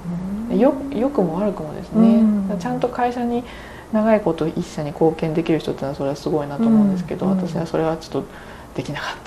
良くも悪くもですね、ちゃんと会社に長いこと一社に貢献できる人ってのはそれはすごいなと思うんですけど、私はそれはちょっとできなかった、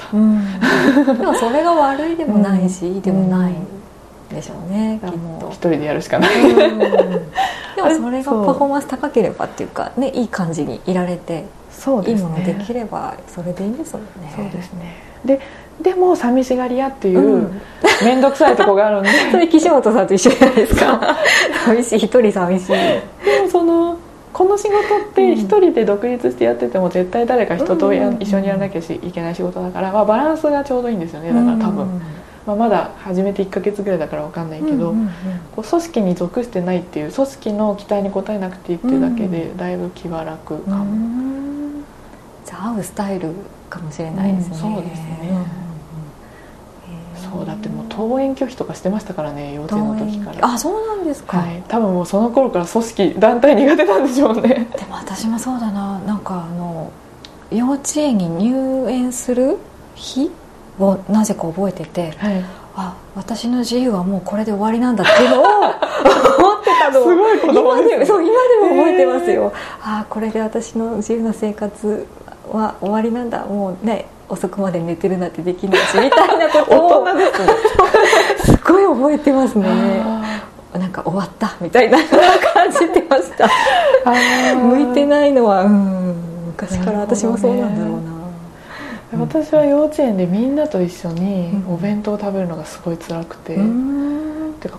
でもそれが悪いでもないし、いいでもないでしょうね、きっと一人でやるしかない、 でもそれがパフォーマンス高ければっていうかね、いい感じにいられて、 そうですね、 いいものできればそれでいいんですもんね。 そうですね。でも寂しがり屋っていう面倒くさいとこがあるんで、 それ岸本さんと一緒じゃないですか寂しい、一人寂しい。 でもこの仕事って一人で独立してやってても絶対誰か人と一緒にやらなきゃいけない仕事だから、バランスがちょうどいいんですよね。だから多分、まだ始めて1ヶ月ぐらいだから分かんないけど、こう組織に属してないっていう、組織の期待に応えなくていいっていうだけでだいぶ気は楽かも。 じゃあ合うスタイルかもしれないですね。 そうですね。そうだってもう登園拒否とかしてましたからね、幼稚園の時から。 あ、そうなんですか。 はい、多分もうその頃から組織団体苦手なんでしょうね。 でも私もそうだな、なんか幼稚園に入園する日をなぜか覚えてて、はい、あ、私の自由はもうこれで終わりなんだっていうのを思ってたのをすごい子供ですね。 そう、今でも覚えてますよ。あ、これで私の自由な生活は終わりなんだ、もうね、遅くまで寝てるなんてできないしみたいなことを大人ですねすごい覚えてますね。なんか終わったみたいな感じてました向いてないのは、昔から私もそうなんだろうな。 私は幼稚園でみんなと一緒にお弁当を食べるのがすごい辛くて、てか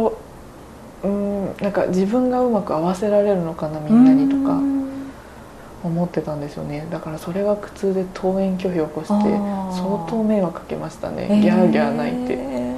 なんか自分がうまく合わせられるのかなみんなにとか思ってたんですよね。だからそれが苦痛で登園拒否を起こして相当迷惑かけましたね。ギャーギャー泣いて、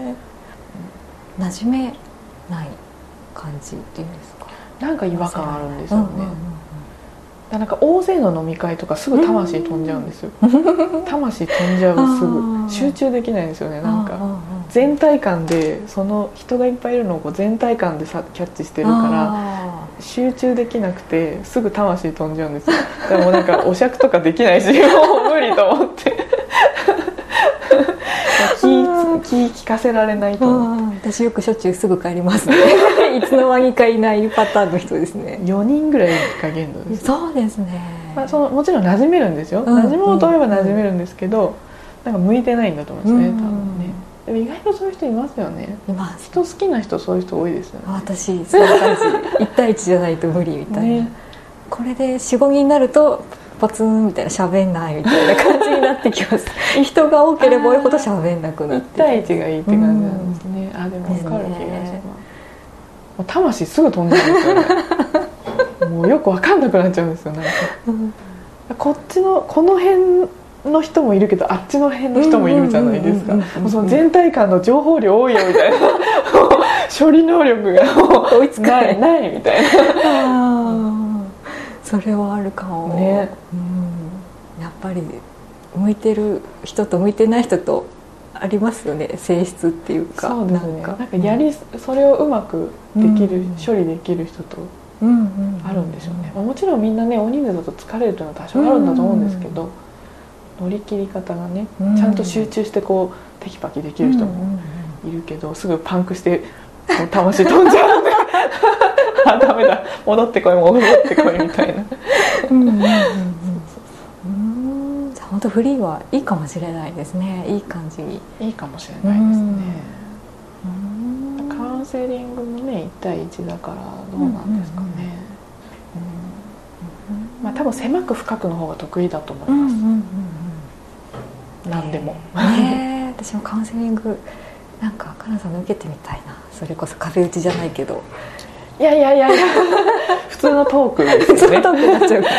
馴染めない感じっていうんですか。 なんか違和感あるんですよね。なんか大勢の飲み会とかすぐ魂飛んじゃうんですよ魂飛んじゃう、すぐ集中できないんですよね。なんか全体感で、その人がいっぱいいるのを全体感でキャッチしてるから集中できなくてすぐ魂飛んじゃうんですよ。でもなんかお酌とかできないしもう無理と思って気聞かせられないと思って。 私よくしょっちゅうすぐ帰りますねいつの間にかいないパターンの人ですね。 4人ぐらいが限度です。 そうですね、 もちろん馴染めるんですよ、馴染もうと思えば馴染めるんですけど、なんか向いてないんだと思うんですね、多分ね。でも意外とそういう人いますよね。 います。 人好きな人そういう人多いですよね。 私そんな感じ1対1じゃないと無理みたいな、これで 4,5 人になるとポツンみたいな、喋んないみたいな感じになってきます人が多ければ多いほど喋んなくなって、 1対1がいいって感じなんですね。でも分かる気がします。もう魂すぐ飛んじゃうんですよねもうよく分かんなくなっちゃうんですよ。なんかこっちのこの辺の人もいるけどあっちの辺の人もいるじゃないですか。その全体感の情報量多いよみたいな処理能力がもう追いつかないみたいなそれはあるかもね。 やっぱり向いてる人と向いてない人とありますよね、性質っていうか。 そうですね。なんかそれをうまくできる、処理できる人とあるんでしょうね。もちろんみんなね、大人数だと疲れるというのは多少あるんだと思うんですけど、乗り切り方がね、ちゃんと集中してこうテキパキできる人もいるけど、すぐパンクして魂飛んじゃうんであ、ダメだ、戻ってこいみたいな本当フリーはいいかもしれないですね。いい感じにいいかもしれないですね。カウンセリングもね1対1だからどうなんですかね。多分狭く深くの方が得意だと思います。何でも私もカウンセリングなんかかなさんの受けてみたいな。それこそ壁打ちじゃないけど、 いや普通のトークですよね。普通のトークになっちゃう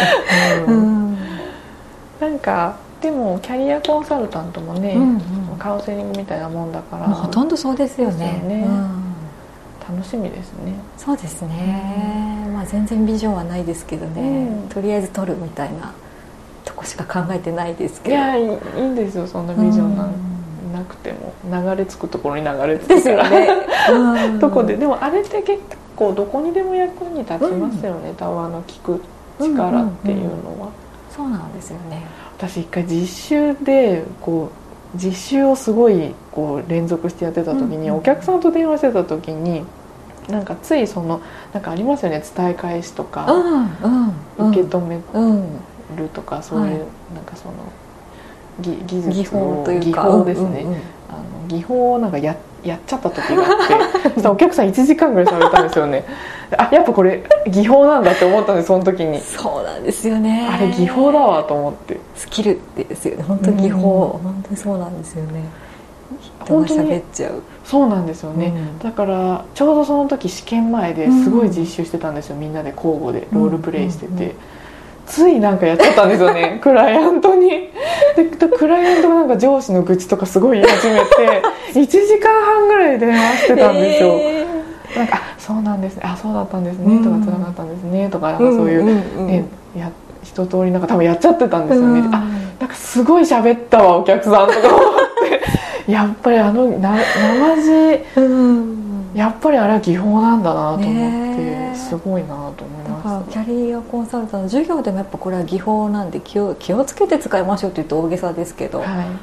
からなんかでもキャリアコンサルタントもね、カウンセリングみたいなもんだからほとんどそうですよね。 楽しみですね。 そうですね、全然ビジョンはないですけどね、とりあえず取るみたいなとこしか考えてないですけど。 いや、いいんですよ、そんなビジョンなくても。流れ着くところに流れ着くからですよねどこででもあれって結構どこにでも役に立ちますよね、聞く力っていうのは。 そうなんですよね。 私一回実習で実習をすごい連続してやってた時に、お客さんと電話してた時になんかついそのなんかありますよね、伝え返しとか、受け止めるとか、そういうなんかその技術を、 技法というか、 技法ですね、技法をなんかやっちゃった時があってそしたらお客さん1時間ぐらい喋ったんですよね。あ、やっぱこれ技法なんだって思ったんです、その時に。 そうなんですよね、 あれ技法だわと思って。 スキルですよね、本当に技法、本当にそうなんですよね。人が喋っちゃう。 そうなんですよね、だからちょうどその時試験前ですごい実習してたんですよ、みんなで交互でロールプレイしてて、ついなんかやっちゃったんですよねクライアントに。でクライアントがなんか上司の愚痴とかすごい言い始めて1時間半ぐらい電話してたんですよ、なんか「あ、そうなんですね、あ、そうだったんですね」とか「つらかったんですね」とか、なんかそういう、一通りなんか多分やっちゃってたんですよね、あ、なんかすごい喋ったわお客さんとか思ってやっぱり生地、やっぱりあれは技法なんだなと思って、すごいなと思いました。 だからキャリアコンサルタントの授業でもやっぱこれは技法なんで気をつけて使いましょうって言うと大げさですけど、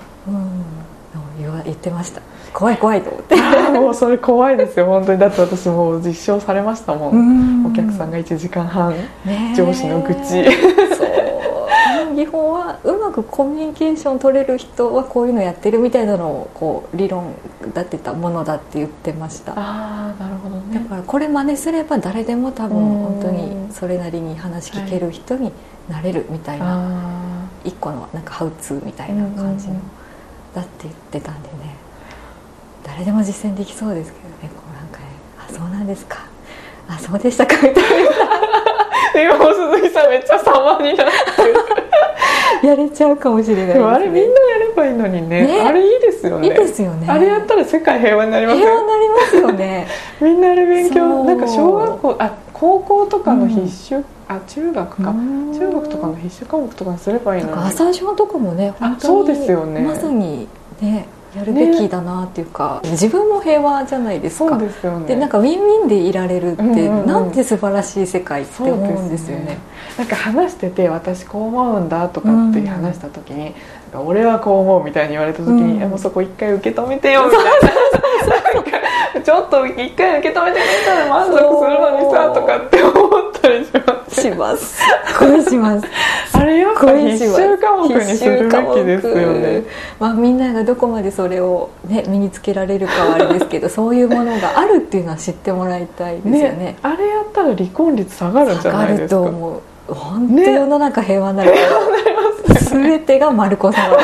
言ってました。怖いと思ってもうそれ怖いですよ本当に。だって私もう実証されましたもん、お客さんが1時間半、上司の愚痴技法はうまくコミュニケーション取れる人はこういうのやってるみたいなのをこう理論立てたものだって言ってました。 ああ、なるほどね。 だからこれ真似すれば誰でも多分本当にそれなりに話聞ける人になれるみたいな、一個のなんかハウツーみたいな感じのだって言ってたんでね、誰でも実践できそうですけどね。こうなんかね、あ、そうなんですか、あ、そうでしたかみたいな今も鈴木さんめっちゃ様になってやれちゃうかもしれないですね。 でもあれみんなやればいいのに ね、あれいいですよね。 いいですよね。 あれやったら世界平和になりますよ。 平和になりますよねみんなあれ勉強、なんか小学校、高校とかの必修、中学か、中学とかの必修科目とかにすればいいのに。 アサーションとかもね、本当にそうですよね、 まさにねやるべきだなっていうか、自分も平和じゃないですか。 そうですよね。 でなんかウィンウィンでいられるって、なんて素晴らしい世界って思うんですよね。 なんか話してて私こう思うんだとかって話した時に、なんか俺はこう思うみたいに言われた時に、もうそこ一回受け止めてよみたいなちょっと一回受け止めてくれたら満足するのにさとかって思ったりしますすごいしますあれやっぱ必修科目にするべきですよね。 みんながどこまでそれを、ね、身につけられるかはあれですけどそういうものがあるっていうのは知ってもらいたいですよね。 あれやったら離婚率下がるんじゃないですか。 下がると思う。本当世の中平和になる、全てが丸く収まる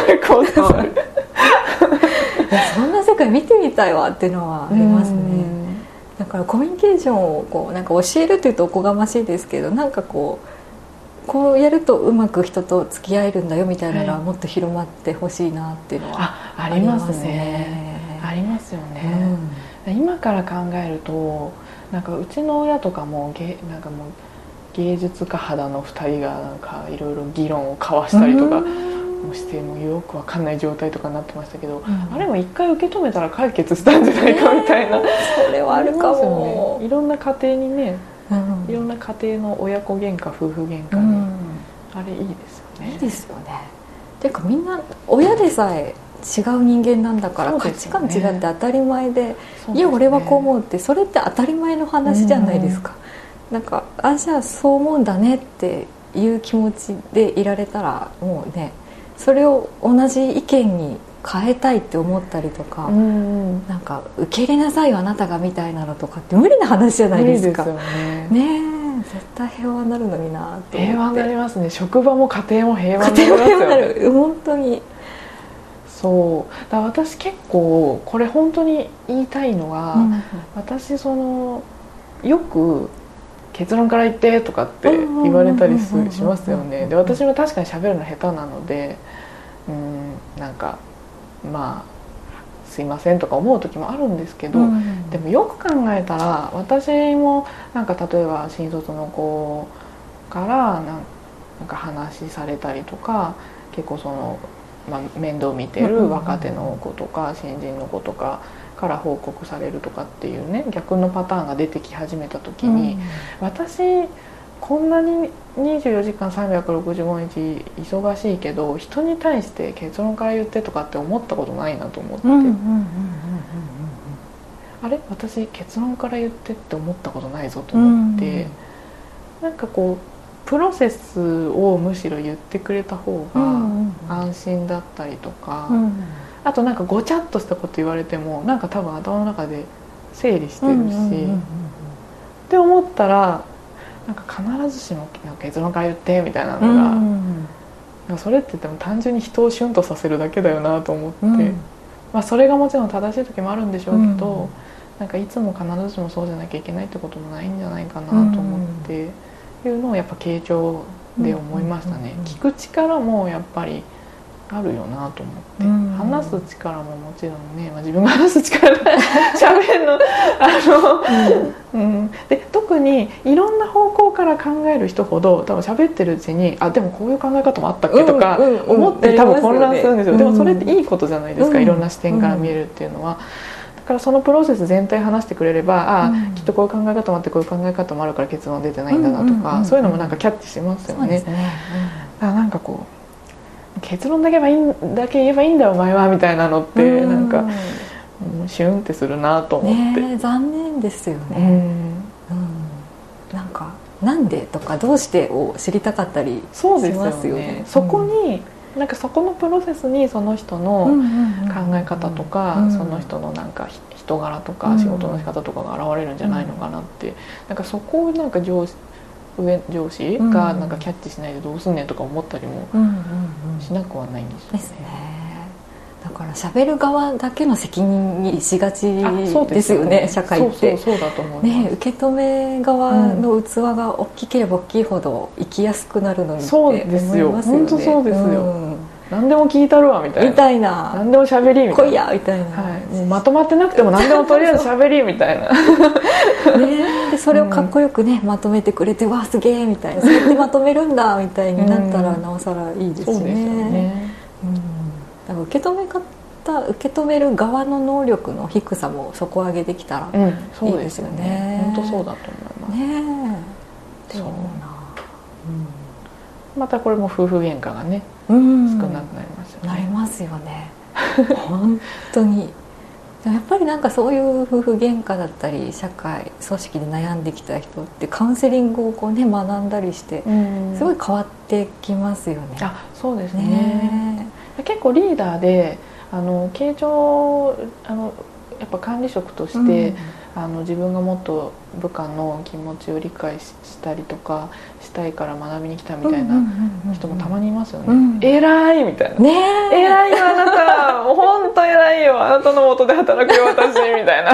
そんな世界見てみたいわっていうのはありますね。だからコミュニケーションをこうなんか教えるというとおこがましいですけど、なんかこうやるとうまく人と付き合えるんだよみたいなのはもっと広まってほしいなっていうのはありますね。 ありますよね、今から考えるとなんかうちの親とかもなんかもう芸術家肌の2人がなんかいろいろ議論を交わしたりとかしてもよく分かんない状態とかになってましたけど、あれも一回受け止めたら解決したんじゃないかみたいな、 それはあるかも、 いろんな家庭にね、いろんな家庭の親子喧嘩夫婦喧嘩に、あれいいですよね。 いいですよね。ていうかみんな親でさえ違う人間なんだから、価値観違って当たり前で、いや俺はこう思うって、それって当たり前の話じゃないですか。なんかじゃあそう思うんだねっていう気持ちでいられたら、もうねそれを同じ意見に変えたいって思ったりとか、なんか受け入れなさいよあなたがみたいなのとかって無理な話じゃないですか。 無理ですよね。 ねえ、絶対平和になるのになって思って。 平和になりますね。職場も家庭も平和になりますよね。 本当にそうだから私結構これ本当に言いたいのは、私よく結論から言ってとかって言われたりしますよね。で私も確かに喋るの下手なので、なんかまあすいませんとか思う時もあるんですけど、でもよく考えたら私もなんか例えば新卒の子からなんか話されたりとか、結構面倒見てる若手の子とか新人の子とかから報告されるとかっていうね、逆のパターンが出てき始めた時に、私こんなに24時間365日忙しいけど人に対して結論から言ってとかって思ったことないなと思って、 あれ私結論から言ってって思ったことないぞと思って、なんかこうプロセスをむしろ言ってくれた方が安心だったりとか、あとなんかごちゃっとしたこと言われてもなんか多分頭の中で整理してるし、って思ったらなんか必ずしも結論から言ってみたいなのが、それって言っても単純に人をシュンとさせるだけだよなと思って、まあ、それがもちろん正しい時もあるんでしょうけど、なんかいつも必ずしもそうじゃなきゃいけないってこともないんじゃないかなと思っていうのをやっぱ傾聴で思いましたね。聞く力もやっぱりあるよなと思って、話す力ももちろんね、まあ、自分が話す力喋るので特にいろんな方向から考える人ほど多分喋ってるうちにでもこういう考え方もあったっけとか思って多分混乱するんですよ。でもそれっていいことじゃないですか、いろんな視点から見えるっていうのは。だからそのプロセス全体話してくれればきっとこういう考え方もあってこういう考え方もあるから結論出てないんだなとか、そういうのもなんかキャッチしますよね。だからなんかこう結論だけ言えばいいんだよお前はみたいなのってなんかシュンってするなと思って、 ね、残念ですよね。なんかなんでとかどうしてを知りたかったりしますよね。 そこになんかそこのプロセスにその人の考え方とかその人のなんか人柄とか仕事の仕方とかが現れるんじゃないのかなって、なんかそこをなんか上司がなんかキャッチしないでどうすんねんとか思ったりもしなくはないんですよね。 ですね。だから喋る側だけの責任にしがちですよね、社会って。 そうだと思います。 受け止め側の器が大きければ大きいほど生きやすくなるのにって思いますよね。 本当そうですよ。何でも聞いたるわみたいな。何でも喋りみたいな。 来いやみたいな。 もうまとまってなくても何でもとりあえず喋りみたいな。 でそれをかっこよくねまとめてくれてわあすげえみたいな、そうやってまとめるんだみたいになったらなおさらいいですね。そうですよね。だから受け止める側の能力の低さも底上げできたらいいですよね。 本当そうだと思います。 ねえ。そうな。 またこれも夫婦喧嘩がね少なくなりますよね。 なりますよね。本当に。やっぱりなんかそういう夫婦喧嘩だったり社会組織で悩んできた人ってカウンセリングをこうね学んだりしてすごい変わってきますよね。 そうですね。結構リーダーで傾聴やっぱ管理職として、自分がもっと部下の気持ちを理解したりとかしたいから学びに来たみたいな人もたまにいますよね。偉いみたいな、偉いよあなたもう本当偉いよあなたの元で働くよ私みたい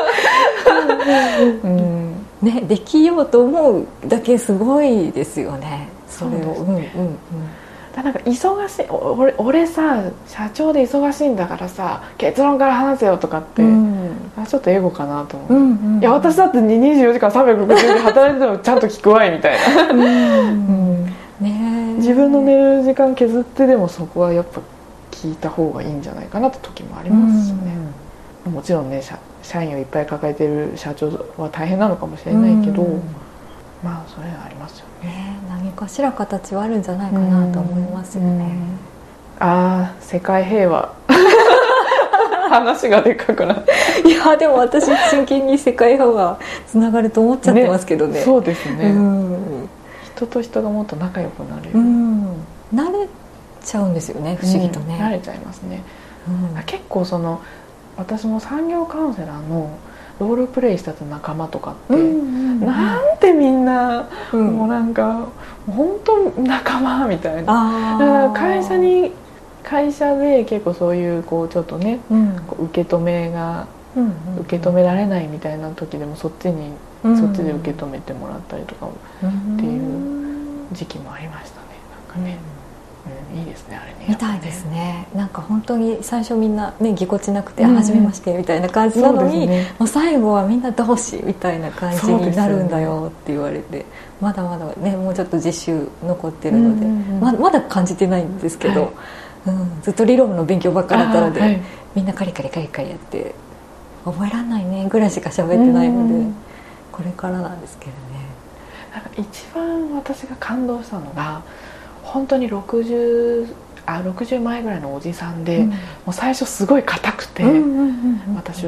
なね、できようと思うだけすごいですよね。それをなんか忙しい俺さ社長で忙しいんだからさ結論から話せよとかって、ちょっとエゴかなと思う。いや私だって24時間360日働いててもちゃんと聞くわいみたいな自分の寝る時間削ってでもそこはやっぱ聞いた方がいいんじゃないかなって時もありますしね。もちろんね社員をいっぱい抱えてる社長は大変なのかもしれないけど、まあそれはありますよね。 何かしら形はあるんじゃないかなと思いますよね。 世界平和話がでかくなっていやでも私真剣に世界平和つながると思っちゃってますけどね。 そうですね。人と人がもっと仲良くなれる、 慣れちゃうんですよね、不思議とね。 慣れちゃいますね。結構私も産業カウンセラーのロールプレイした仲間とかって、なんてみんな、もうなんか本当仲間みたいな。会社で結構そういうこうちょっとね、受け止められないみたいな時でもそっちで受け止めてもらったりとかっていう時期もありましたね。なんかね、いいですねあれね。 みたいですね。なんか本当に最初みんなねぎこちなくて初めましてみたいな感じなのに、もう最後はみんな同志みたいな感じになるんだよって言われて、まだまだねもうちょっと実習残ってるので、まだ感じてないんですけど、ずっと理論の勉強ばっかりだったので、みんなカリカリやって覚えらんないねぐらいしか喋ってないので、これからなんですけどね。 なんか一番私が感動したのが本当に60前ぐらいのおじさんで、もう最初すごい硬くて、私は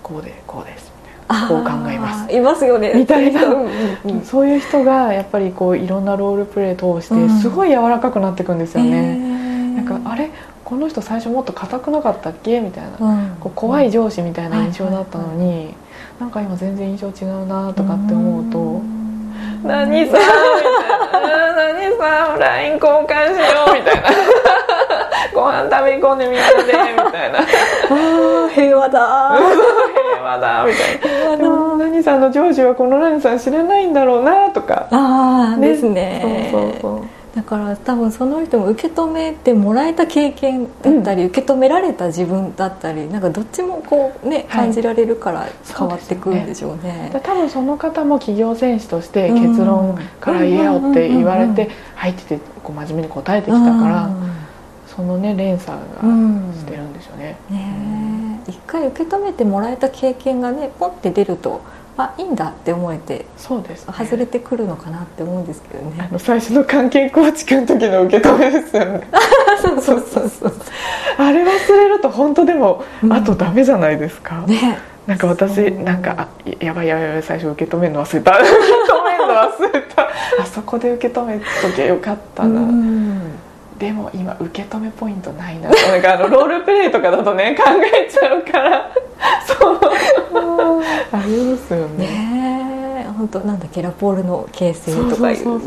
こうでこうですみたいな、こう考えますいますよねみたいなそういう人がやっぱりこういろんなロールプレイ通してすごい柔らかくなっていくんですよね、なんかあれこの人最初もっと硬くなかったっけみたいな、こう怖い上司みたいな印象だったのに、なんか今全然印象違うなとかって思うと、何さんみたいな何さん LINE 交換しようみたいなご飯食べに行こうねみんなでみたいな平和だ平和だみたいな、でも何さんの上司はこの何さん知らないんだろうなとか、 ですね。 そうだから多分その人も受け止めてもらえた経験だったり、受け止められた自分だったり、なんかどっちもこうね感じられるから変わってくるんでしょうね。 多分その方も企業戦士として結論から言えよって言われて入っててこう真面目に答えてきたから、そのね連鎖がしてるんでしょうね。 一回受け止めてもらえた経験がねポンって出ると、いいんだって思えて、 そうです、ね、 外れてくるのかなって思うんですけどね。 最初の関係構築の時の受け止めですよねそうあれ忘れると本当でも、あとダメじゃないですか、ね、なんか私なんかやばい最初受け止めるの忘れたあそこで受け止めときゃよかったな、でも今受け止めポイントないな、なんかロールプレイとかだとね考えちゃうからそうありますよね。 本当なんだっけラポールの形成とかいう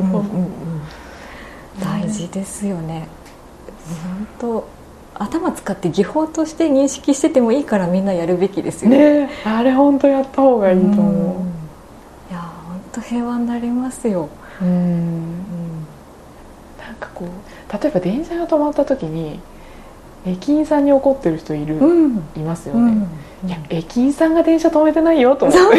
大事ですよね。本当頭使って技法として認識しててもいいからみんなやるべきですよね。 あれ本当やった方がいいと思う。 いや本当平和になりますよ。 なんかこう例えば電車が止まった時に駅員さんに怒ってる人いますよね、いや駅員さんが電車止めてないよと思って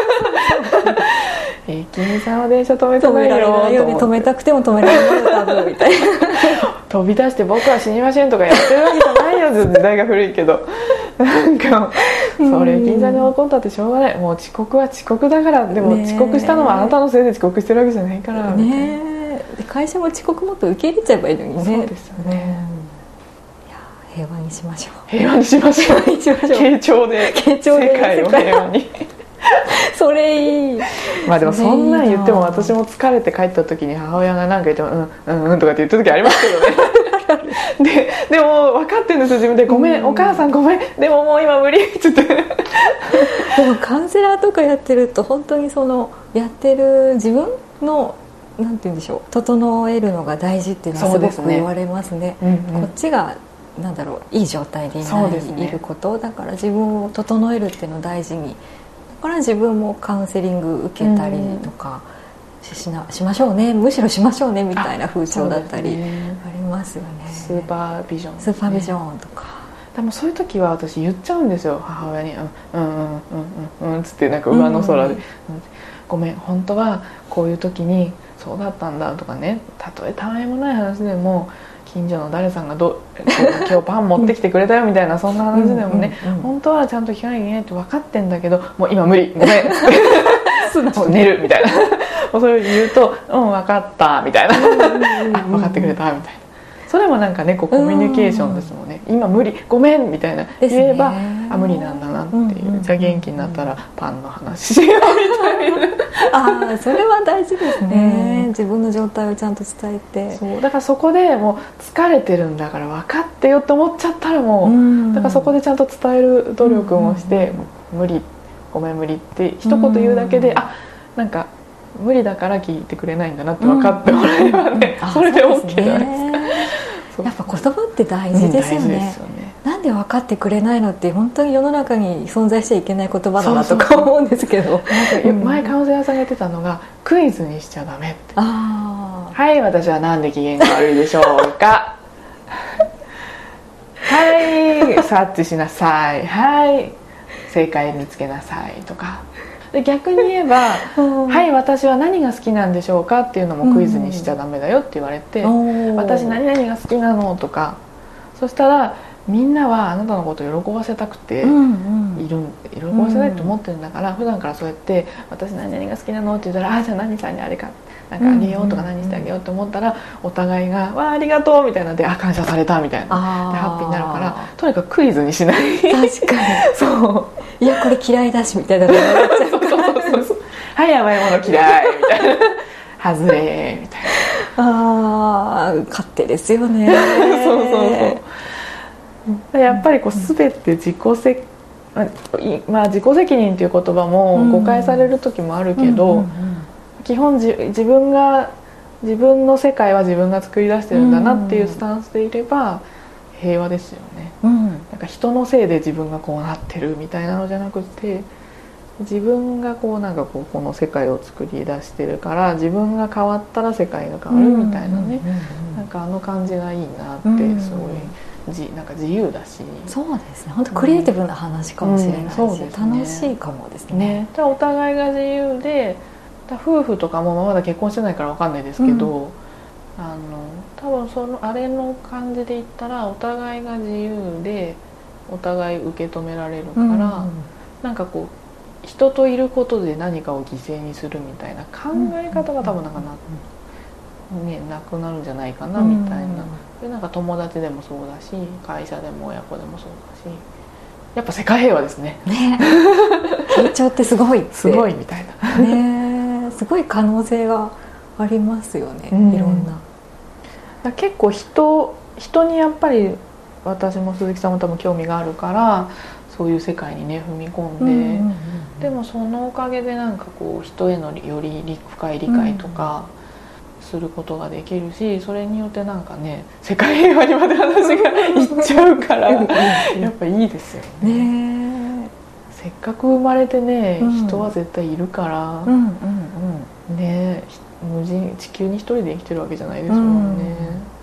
駅員さんは電車止めてないよと思って、 止めたくても止められないよ多分みたいな飛び出して僕は死にませんとかやってるわけじゃないよ時代が古いけどなんかそれ駅員さんに怒ったってしょうがない、もう遅刻は遅刻だから、でも遅刻したのはあなたのせいで遅刻してるわけじゃないからみたいな、 会社も遅刻もっと受け入れちゃえばいいのにね。 そうですよね、 いや平和にしましょう。 平和にしましょう傾聴で世界を平和にそれいい。 でもそんなん言っても私も疲れて帰った時に母親が何か言ってもうんとかって言った時ありますけどねでも分かってるんですよ自分で、ごめん、お母さんごめん、でももう今無理って言ってでもカウンセラーとかやってると本当にそのやってる自分のなんて言うんでしょう、整えるのが大事っていうのはすごく言われますね。こっちがなんだろういい状態でいることだから自分を整えるっていうのを大事に、だから自分もカウンセリング受けたりとかしましょうね、むしろしましょうねみたいな風潮だったりありますよね。 スーパービジョン、 スーパービジョンとか。 でもそういう時は私言っちゃうんですよ母親につってなんか上の空で、ごめん本当はこういう時にそうだったんだとかね、たとえたわいもない話でも近所の誰さんが今日パン持ってきてくれたよみたいなそんな話でもね、本当はちゃんと聞かなきゃいけないって分かってんだけどもう今無理ごめんちょっと寝るみたいなもうそれを言うと分かったみたいな分かってくれたみたいな、それもなんかねこうコミュニケーションですもんね。今無理ごめんみたいな言えば、無理なんだなっていう、じゃあ元気になったらパンの話しようみたいなそれは大事ですね、自分の状態をちゃんと伝えて。 そうだからそこでもう疲れてるんだから分かってよって思っちゃったらもう、だからそこでちゃんと伝える努力もして、無理ごめん無理って一言言うだけで、なんか無理だから聞いてくれないんだなって分かってもらえればね、それで OK じゃないですか。 やっぱ言葉って大事ですよね。なんで分かってくれないのって本当に世の中に存在しちゃいけない言葉だなとか思うんですけど、 前カウンセラーさんが言ってたのがクイズにしちゃダメって。はい私はなんで機嫌が悪いでしょうかはい察知しなさい、はい正解見つけなさいとかで、逆に言えばはい私は何が好きなんでしょうかっていうのもクイズにしちゃダメだよって言われて、私何々が好きなのとか、そしたらみんなはあなたのことを喜ばせたくて喜ばせないと思ってるんだから、普段からそうやって私何々が好きなのって言ったら、じゃあ何さんにあれかなんかあげようとか何してあげようと思ったら、お互いがわあありがとうみたいなので、感謝されたみたいなでハッピーになるから、とにかくクイズにしない。 確かにそういやこれ嫌いだしみたいなことになっちゃうからはい甘いもの嫌いみたいな外れみたいな勝手ですよねそうやっぱりこう全て自己責任という言葉も誤解される時もあるけど、基本自分の世界は自分が作り出してるんだなっていうスタンスでいれば平和ですよね、なんか人のせいで自分がこうなってるみたいなのじゃなくて、自分がこうなんかこの世界を作り出してるから、自分が変わったら世界が変わるみたいなね、なんかあの感じがいいなって、すごいなんか自由だし、 そうですね、本当クリエイティブな話かもしれないし、楽しいかもですね。 お互いが自由で、夫婦とかもまだ結婚してないから分かんないですけど、多分あれの感じで言ったら、お互いが自由でお互い受け止められるから、なんかこう人といることで何かを犠牲にするみたいな考え方が多分なくなるんじゃないかなみたいな、でなんか友達でもそうだし、会社でも親子でもそうだし、やっぱ世界平和ですね。 成長ってすごいってすごいみたいなすごい可能性がありますよね、いろんな。 結構人にやっぱり私も鈴木さんも多分興味があるから、そういう世界にね踏み込んで、でもそのおかげでなんかこう人へのより深い理解とかすることができるし、それによってなんかね世界平和にまで話がいっちゃうからやっぱいいですよね。せっかく生まれてね、人は絶対いるからね、地球に一人で生きてるわけじゃないですもんね、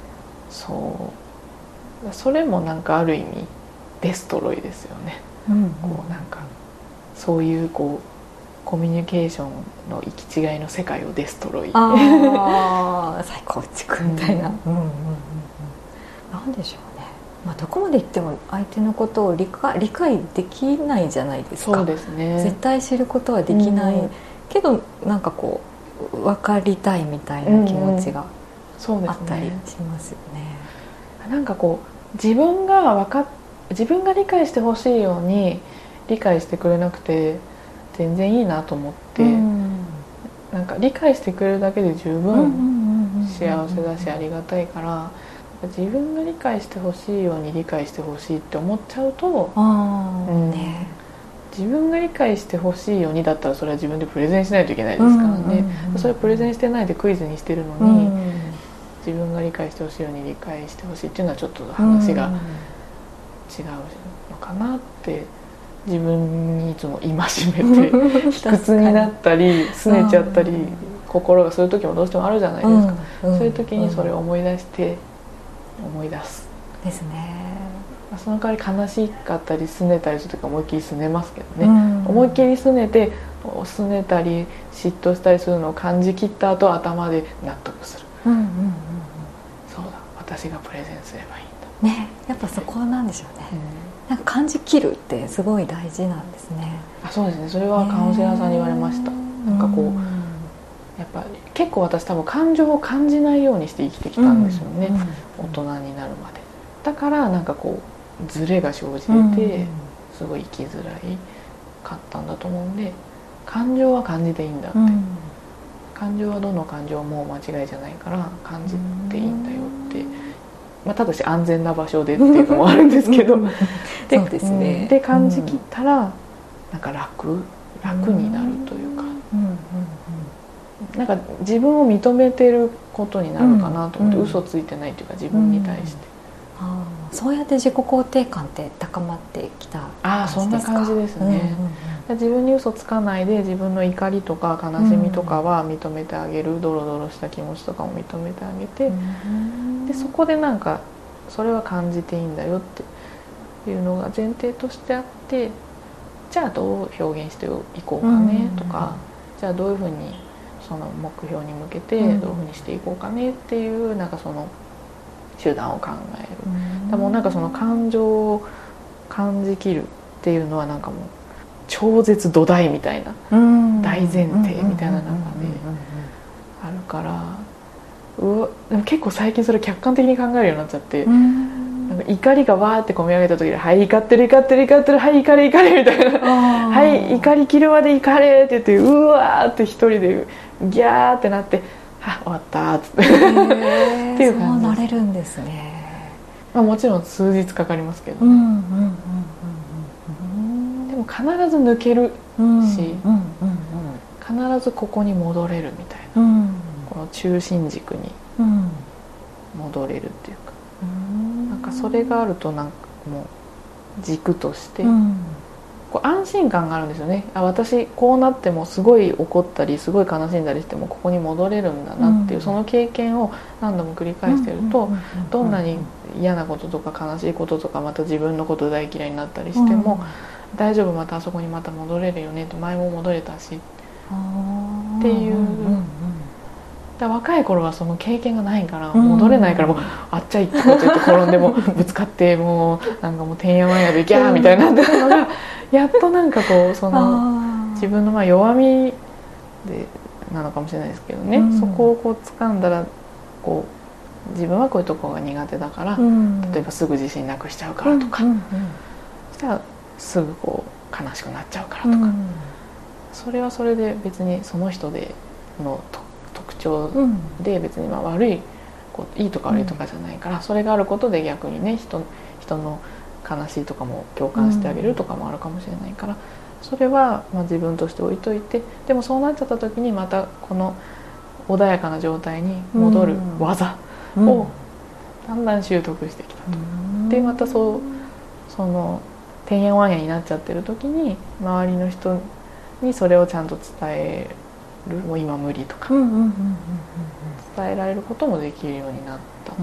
それもなんかある意味デストロイですよね、こうなんかそういうこうコミュニケーションの行き違いの世界をデストロイ再構築みたいな、なんでしょうね、どこまで言っても相手のことを理解できないじゃないですか。 そうですね、 絶対知ることはできない、けどなんかこう分かりたいみたいな気持ちがあったりしますよね。 なんかこう自分が理解してほしいように理解してくれなくて全然いいなと思って、なんか理解してくれるだけで十分幸せだしありがたいから、自分が理解してほしいように理解してほしいって思っちゃうと、自分が理解してほしいようにだったらそれは自分でプレゼンしないといけないですからね、それプレゼンしてないでクイズにしてるのに、自分が理解してほしいように理解してほしいっていうのはちょっと話が違うのかなって自分にいつも戒めて卑屈になったり拗ねちゃったり心がそういう時もどうしてもあるじゃないですか、そういう時にそれを思い出すですね。 その代わり悲しかったり拗ねたりする時は思いっきり拗ねますけどね、思いっきり拗ねて拗ねたり嫉妬したりするのを感じ切った後頭で納得する、そうだ私がプレゼンすればいいんだね、やっぱそこなんでしょうね、なんか感じ切るってすごい大事なんですね。 そうですね、それはカウンセラーさんに言われました、なんかこうやっぱり結構私多分感情を感じないようにして生きてきたんですよね、大人になるまで。だからなんかこうズレが生じてすごい生きづらいかったんだと思うんで、感情は感じていいんだって、感情はどの感情も間違いじゃないから感じていいんだよって、ただし安全な場所でっていうのもあるんですけどそうですね、 で感じきったらなんか楽になるというか、なんか自分を認めてることになるかなと思って、嘘ついてないというか自分に対して、 そうやって自己肯定感って高まってきた感じですか？ そんな感じですね、自分に嘘つかないで自分の怒りとか悲しみとかは認めてあげる、ドロドロした気持ちとかも認めてあげて、でそこでなんかそれは感じていいんだよっていうのが前提としてあって、じゃあどう表現していこうかねとか、じゃあどういうふうにその目標に向けてどういうふうにしていこうかねっていうなんかその手段を考える。 らもうなんかその感情を感じきるっていうのはなんかもう超絶土台みたいな、大前提みたいな中であるから、でも結構最近それ客観的に考えるようになっちゃって、なんか怒りがわーって込み上げた時で「はい怒ってる怒ってる怒ってる、はい怒れ怒れ」みたいな「はい怒り切るまで怒れ」って言って、うわーって一人でギャーってなって「は終わった」っつってっていう感じ。 そうなれるんですね。 まあ、もちろん数日かかりますけど、でも必ず抜けるし、必ずここに戻れるみたいな、この中心軸に戻れるっていうか、なんかそれがあるとなんかもう軸としてこう安心感があるんですよね。私こうなってもすごい怒ったりすごい悲しんだりしてもここに戻れるんだなっていう、その経験を何度も繰り返してると、どんなに嫌なこととか悲しいこととかまた自分のこと大嫌いになったりしても、大丈夫、またあそこにまた戻れるよねと、前も戻れたしっていう、だ若い頃はその経験がないから戻れないから、もうあっちゃいってこっちゃいって転んでもぶつかってもうなんかもうてんやわんやでギャーみたいになってたのがやっとなんかこうその自分のまあ弱みでなのかもしれないですけどね、そこをこう掴んだらこう自分はこういうところが苦手だから、例えばすぐ自信なくしちゃうからとか、そしたらすぐこう悲しくなっちゃうからとか、それはそれで別にその人での特徴で別にまあ悪いいいとか悪いとかじゃないから、それがあることで逆にね人の悲しいとかも共感してあげるとかもあるかもしれないから、それはまあ自分として置いといて、でもそうなっちゃった時にまたこの穏やかな状態に戻る技をだんだん習得してきたと。でまたそのてんやわんやになっちゃってる時に周りの人にそれをちゃんと伝える、もう今無理とか伝えられることもできるようになったと。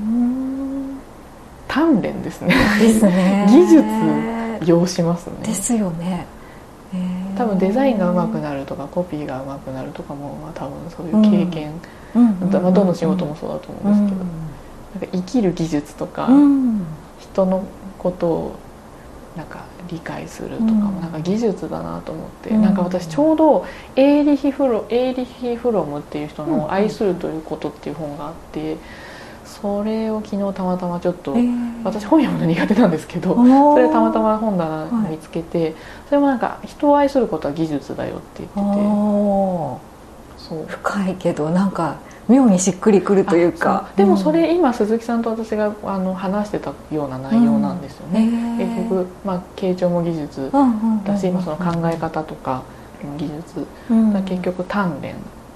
鍛錬ですね。 ですね。 技術要しますね。 ですよね。 多分デザインが上手くなるとかコピーが上手くなるとかも、まあ、多分そういう経験、どの仕事もそうだと思うんですけど、なんか生きる技術とか、人のことをなんか理解するとかもなんか技術だなと思って、なんか私ちょうどエーリヒ・フロムっていう人の「愛するということ」っていう本があって、それを昨日たまたまちょっと、私本読むの苦手なんですけど、それをたまたま本棚見つけて、それもなんか人を愛することは技術だよって言ってて、 そう深いけどなんか妙にしっくりくるというか、 でもそれ今鈴木さんと私が話してたような内容なんですよね。結局、まあ、傾聴も技術だし、その考え方とか技術、結局鍛錬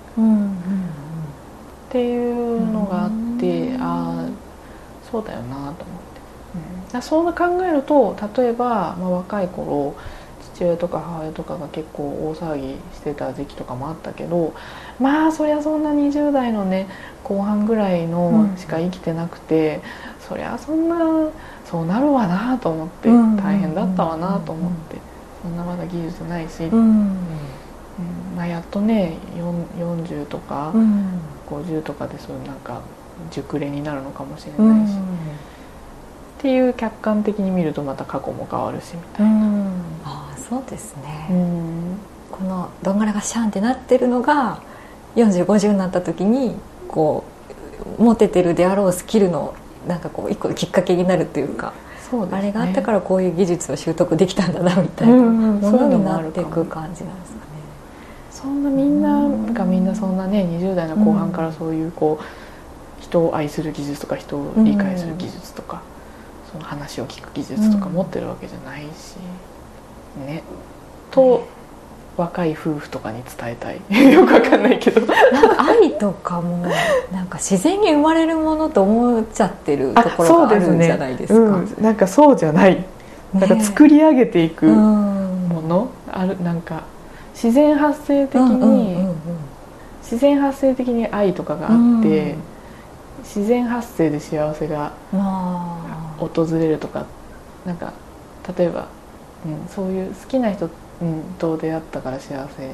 っていうのがあって、ああそうだよなと思って、そう考えると例えば、まあ、若い頃父親とか母親とかが結構大騒ぎしてた時期とかもあったけど、まあそりゃそんな20代のね後半ぐらいのしか生きてなくて、そりゃそうなるわなと思って、大変だったわなと思って、そんなまだ技術ないし、まあ、やっとね40とか50とかでそういうなんか熟練になるのかもしれないし、っていう客観的に見るとまた過去も変わるしみたいな。 ああそうですね。このどんがらがシャンってなってるのが40、50になった時にこう持ててるであろうスキルのなんかこう一個きっかけになるというか、そうですね、あれがあったからこういう技術を習得できたんだなみたいなものになっていく感じなんですかね。 そんなみんながみんなそんなね20代の後半からそういうこう人を愛する技術とか人を理解する技術とか、その話を聞く技術とか持ってるわけじゃないしね、と若い夫婦とかに伝えたい。よくわかんないけどなんか愛とかもなんか自然に生まれるものと思っちゃってるところがあるんじゃないですか。 なんかそうじゃない、なんか作り上げていくもの、ある、なんか自然発生的に愛とかがあって、自然発生で幸せが訪れるとか、なんか例えば、そういう好きな人と出会ったから幸せ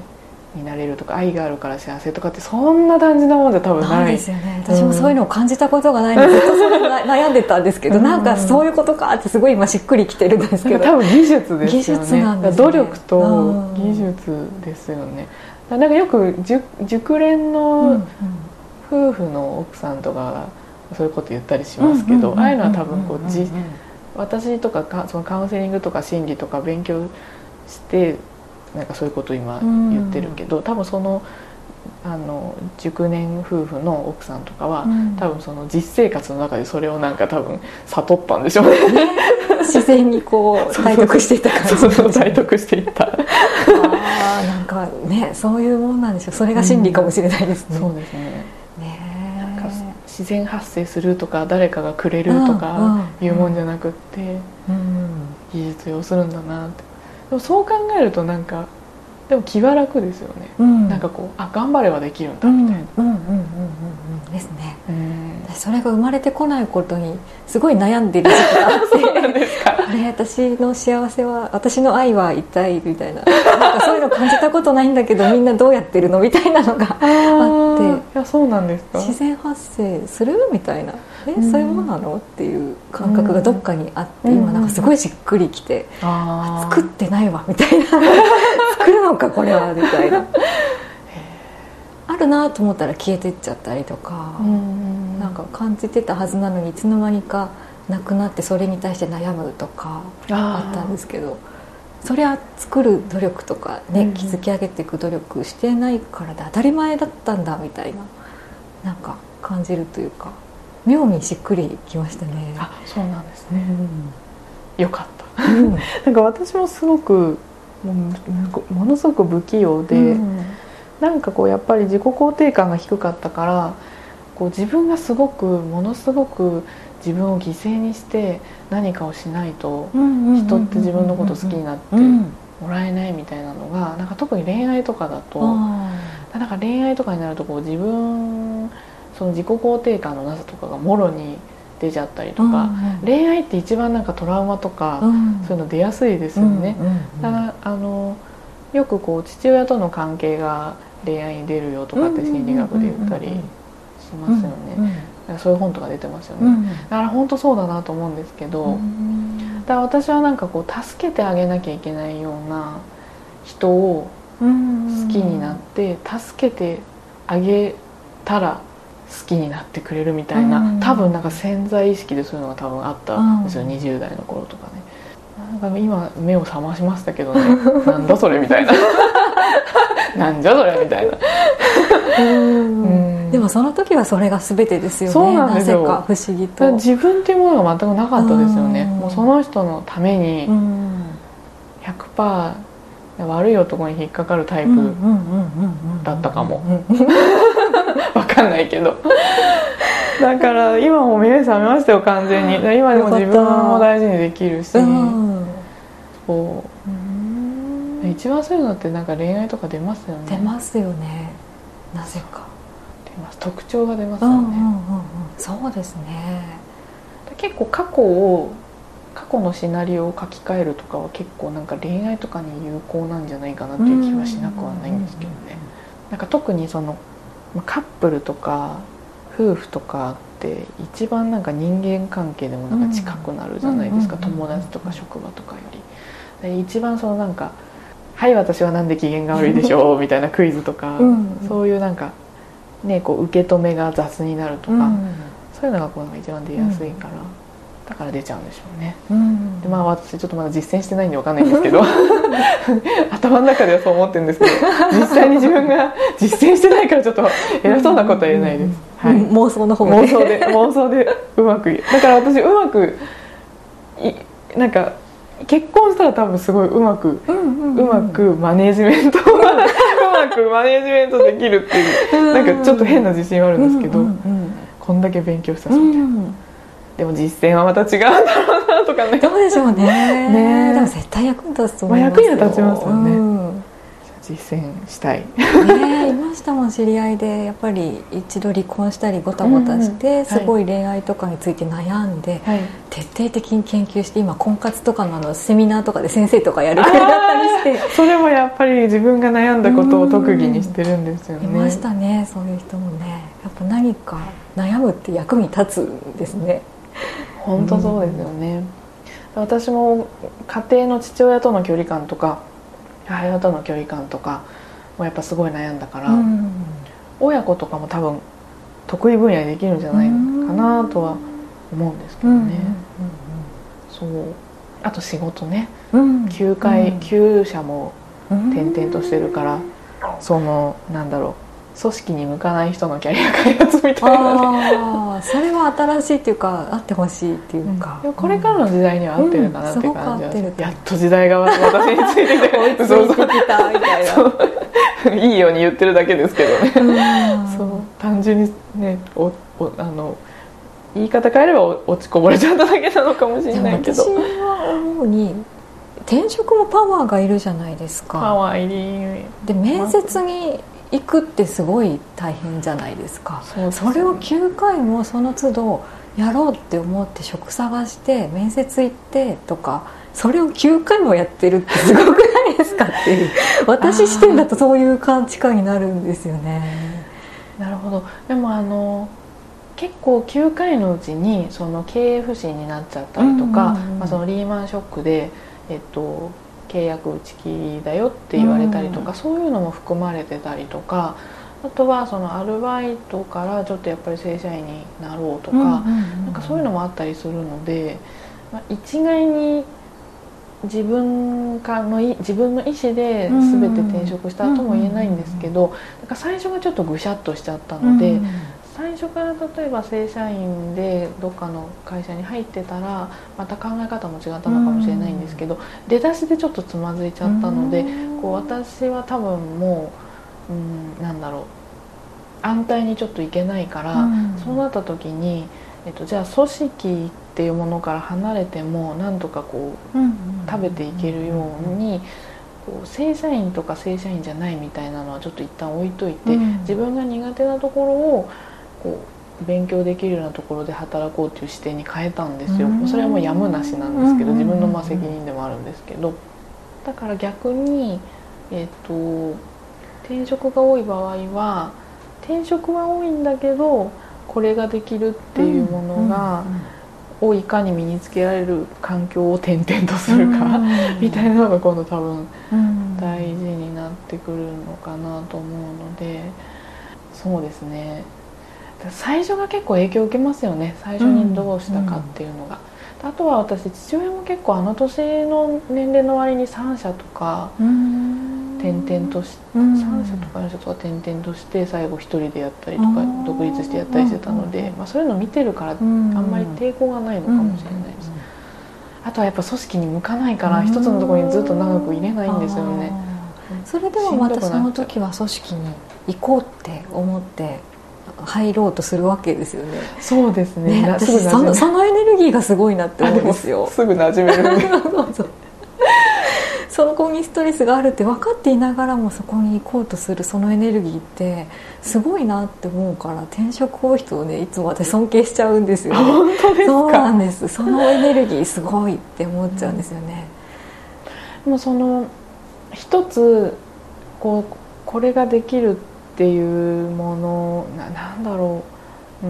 になれるとか愛があるから幸せとかってそんな単純なもんじゃ多分ないですよね。私もそういうのを感じたことがないのでずっとそれ悩んでたんですけど、なんかそういうことかってすごい今しっくりきてるんですけど、 多分技術ですよね。技術なんですね。 努力と技術ですよね。なんかよく熟練の夫婦の奥さんとかそういうこと言ったりしますけど、ああいうのは多分こう私とかそのカウンセリングとか心理とか勉強してなんかそういうことを今言ってるけど、多分その熟年夫婦の奥さんとかは、多分その実生活の中でそれをなんか多分悟ったんでしょうね。 自然にこう体得していった感じ。 そう体得していった。 なんかね、そういうもんなんでしょう。それが真理かもしれないですね。 そうですね。なんか自然発生するとか誰かがくれるとかいうもんじゃなくって、技術を要するんだなって。でもそう考えるとなんかでも気は楽ですよね。なんかこう頑張ればできるんだみたいな。 ですね。それが生まれてこないことにすごい悩んでる時期があってあれ私の幸せは私の愛は一体みたいな、なんかそういうの感じたことないんだけどみんなどうやってるのみたいなのがあって、 いやそうなんですか。 自然発生するみたいな、そういうものなのっていう感覚がどっかにあって、今なんかすごいしっくりきて、作ってないわみたいな作るのかこれはみたいなあるなと思ったら消えてっちゃったりとか、なんか感じてたはずなのにいつの間にかなくなってそれに対して悩むとかあったんですけど、それは作る努力とかね、築き上げていく努力してないからで当たり前だったんだみたいな、なんか感じるというか妙にしっくりきましたね。 そうなんですね。よかった。なんか私もすごくものすごく不器用で、なんかこうやっぱり自己肯定感が低かったから、こう自分がものすごく自分を犠牲にして何かをしないと人って自分のこと好きになってもらえないみたいなのが、なんか特に恋愛とかだと、なんか恋愛とかになるとこう自分その自己肯定感のなさとかがもろに出ちゃったりとか、恋愛って一番なんかトラウマとか、そういうの出やすいですよね。だからよくこう父親との関係が恋愛に出るよとかって心理学で言ったりしますよね。そういう本とか出てますよね。だから本当そうだなと思うんですけど、だから私はなんかこう助けてあげなきゃいけないような人を好きになって、助けてあげたら好きになってくれるみたいな、多分なんか潜在意識でそういうのが多分あったんですよ、20代の頃とかね。なんか今目を覚ましましたけどねなんだそれみたいななんじゃそれみたいなでもその時はそれが全てですよね。 そうなんですよ。 なぜか不思議と自分っていうものが全くなかったですよね。もうその人のために 100% 悪い男に引っかかるタイプだったかもわかんないけどだから今も目覚めましたよ完全に。今でも自分も大事にできるし、一番そういうのってなんか恋愛とか出ますよね。 出ますよね。なぜか出ます。特徴が出ますよね。 そうですね。 結構過去のシナリオを書き換えるとかは結構なんか恋愛とかに有効なんじゃないかなっていう気はしなくはないんですけどね。なんか特にそのカップルとか夫婦とかって一番なんか人間関係でもなんか近くなるじゃないですか。友達とか職場とかより。で一番そのなんかはい私はなんで機嫌が悪いでしょうみたいなクイズとか、そういうなんかねこう受け止めが雑になるとか、そういうのがこうなんか一番出やすいから、だから出ちゃうんでしょうね。で私ちょっとまだ実践してないんで分かんないんですけど頭の中ではそう思ってるんですけど実際に自分が実践してないからちょっと偉そうなことは言えないです。 妄想の方が妄想でうまくだから私うまくなんか結婚したら多分すごいうまくマネージメントうまくマネージメントできるっていうなんかちょっと変な自信はあるんですけど、こんだけ勉強したしみたいな。でも実践はまた違うんだろうなとかね。 どうでしょうね。でも絶対役に立つと思いますよ。 役には立ちますよね。 実践したい。 いましたもん、知り合いでやっぱり一度離婚したりごたごたして、すごい恋愛とかについて悩んで、徹底的に研究して、今婚活とかのセミナーとかで先生とかやるくらいだったりして、 それもやっぱり自分が悩んだことを特技にしてるんですよね。 いましたね、そういう人もね。やっぱ何か悩むって役に立つんですね。 本当そうですよね。私も家庭の父親との距離感とか母親との距離感とかもやっぱすごい悩んだから、親子とかも多分得意分野にできるんじゃないかなとは思うんですけどね。そう、あと仕事ね、厩舎も転々としてるから、そのなんだろう、組織に向かない人のキャリア開発みたいな、 それは新しいっていうか、あってほしいっていうか、 これからの時代には合ってるかなっていう感じは、やっと時代が私についてきて追いついてきたみたいな、いいように言ってるだけですけどね。そう、単純にね、言い方変えれば落ちこぼれちゃっただけなのかもしれないけど、 私は思うに転職もパワーがいるじゃないですか。 パワーいりで、面接に行くってすごい大変じゃないですか。それを9回もその都度やろうって思って職探して面接行ってとか、それを9回もやってるってすごくないですかっていう私視点だとそういう価値観になるんですよね。 なるほど。でも結構9回のうちにその経営不振になっちゃったりとか、そのリーマンショックで契約打ち切りだよって言われたりとか、そういうのも含まれてたりとか、あとはそのアルバイトからちょっとやっぱり正社員になろうとか、なんかそういうのもあったりするので、一概に自分の意思で全て転職したとも言えないんですけど、なんか最初がちょっとぐしゃっとしちゃったので、最初から例えば正社員でどっかの会社に入ってたらまた考え方も違ったのかもしれないんですけど、出だしでちょっとつまずいちゃったので、私は多分もう、なんだろう、安泰にちょっといけないから、そうなった時に、じゃあ組織っていうものから離れてもなんとか食べていけるように、正社員とか正社員じゃないみたいなのはちょっと一旦置いといて、自分が苦手なところを勉強できるようなところで働こうという視点に変えたんですよ。それはもうやむなしなんですけど、自分の責任でもあるんですけど、だから逆に、転職が多い場合は、転職は多いんだけどこれができるっていうものが、をいかに身につけられる環境を転々とするかみたいなのが今度多分大事になってくるのかなと思うので、そうですね、最初が結構影響を受けますよね。最初にどうしたかっていうのが、あとは私父親も結構あの年の年齢の割に3社とか転々として3社とか4社とか転々として最後一人でやったりとか独立してやったりしてたので、そういうのを見てるからあんまり抵抗がないのかもしれないです。あとはやっぱ組織に向かないから一つのところにずっと長く入れないんですよね。 それでもまたその時は組織に行こうって思って入ろうとするわけですよね。 そうですね。 私そのエネルギーがすごいなって思うんですよ。 すぐ馴染めるそこにストレスがあるって分かっていながらもそこに行こうとするそのエネルギーってすごいなって思うから、転職多い人をねいつも私尊敬しちゃうんですよね。 本当ですか？ そうなんです。そのエネルギーすごいって思っちゃうんですよね。 でもその一つこれができるっていうものなんだろう、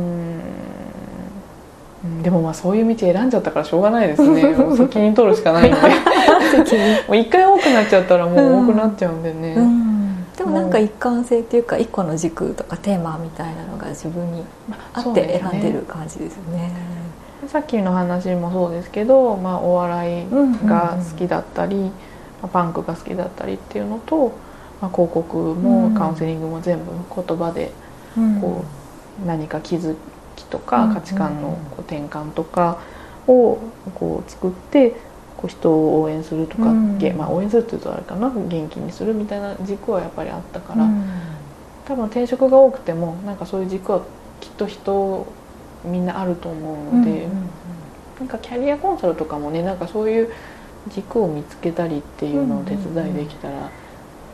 でもそういう道選んじゃったからしょうがないですね。もう責任取るしかないんでもう一回多くなっちゃったらもう多くなっちゃうんでね、 でもなんか一貫性っていうか一個の軸とかテーマみたいなのが自分にあって選んでる感じですよね。 さっきの話もそうですけど、お笑いが好きだったり、パンクが好きだったりっていうのと、広告もカウンセリングも全部言葉で何か気づきとか価値観の転換とかを作って人を応援するとか、応援するっていうとあれかな、元気にするみたいな軸はやっぱりあったから、多分転職が多くてもなんかそういう軸はきっと人みんなあると思うので、なんかキャリアコンサルとかもね、なんかそういう軸を見つけたりっていうのを手伝いできたら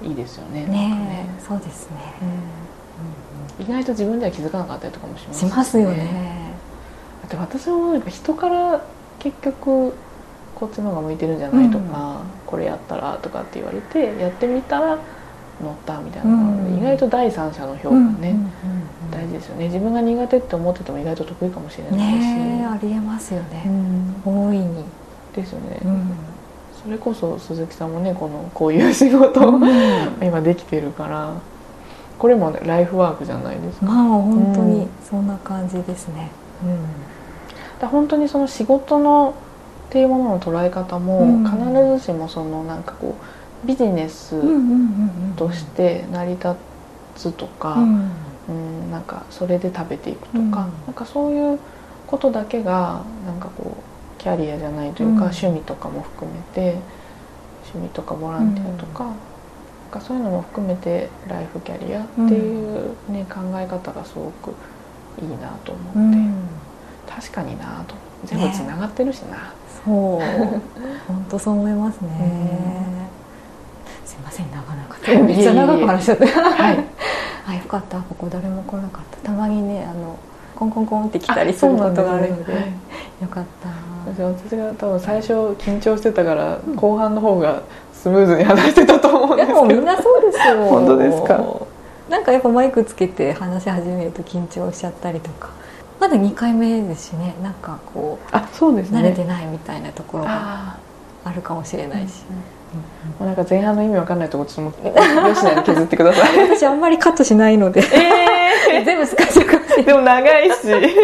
いいですよね。 ね、そうですね、 意外と自分では気づかなかったりとかもしますね。しますよね。 だって私もなんか人から結局こっちの方が向いてるんじゃないとか、これやったらとかって言われてやってみたら乗ったみたいなので、意外と第三者の評価ね、大事ですよね。自分が苦手って思ってても意外と得意かもしれないし、 ね、ありえますよね、大いにですよね、それこそ鈴木さんもねこういう仕事を今できてるから、これも、ね、ライフワークじゃないですか。 本当にそんな感じですね。 だ本当にその仕事のっていうものの捉え方も、必ずしもそのなんかこうビジネスとして成り立つとか、なんかそれで食べていくとか、なんかそういうことだけがなんかこうキャリアじゃないというか、趣味とかも含めて、趣味とかボランティアとか、なんかそういうのも含めてライフキャリアっていうね、考え方がすごくいいなと思って、確かになと、全部つながってるしな、 そう本当そう思いますね。すいません、長々めっちゃ長く話しちゃって、あ、よかった、ここ誰も来なかった。たまにねコンコンコンって来たりすることがあるので、よかった。 私が多分最初緊張してたから、後半の方がスムーズに話してたと思うんですけど。 でもみんなそうですよ。 本当ですか。 なんかやっぱマイクつけて話し始めると緊張しちゃったりとか、まだ2回目ですしね、なんかこう、 そうですね、 慣れてないみたいなところがあるかもしれないし、 なんか前半の意味わかんないところちょっと吉野に削ってください。 私あんまりカットしないので、全部使っちゃうかもしれない。 でも長いし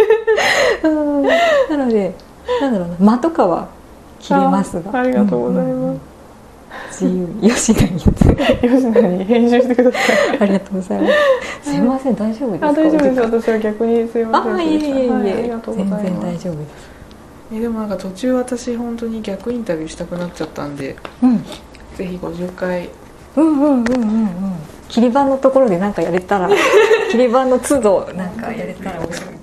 なのでなんだろうな、間とかは切れますが、 ありがとうございます、 自由に吉野に編集してください。 ありがとうございます。すいません、大丈夫ですか。 大丈夫です。私は逆にすいません。 いえ、 ありがとうございます。 全然大丈夫です。 でもなんか途中私本当に逆インタビューしたくなっちゃったんで、ぜひ50回切り板のところでなんかやれたら切り板の都度なんかやれたら面白い。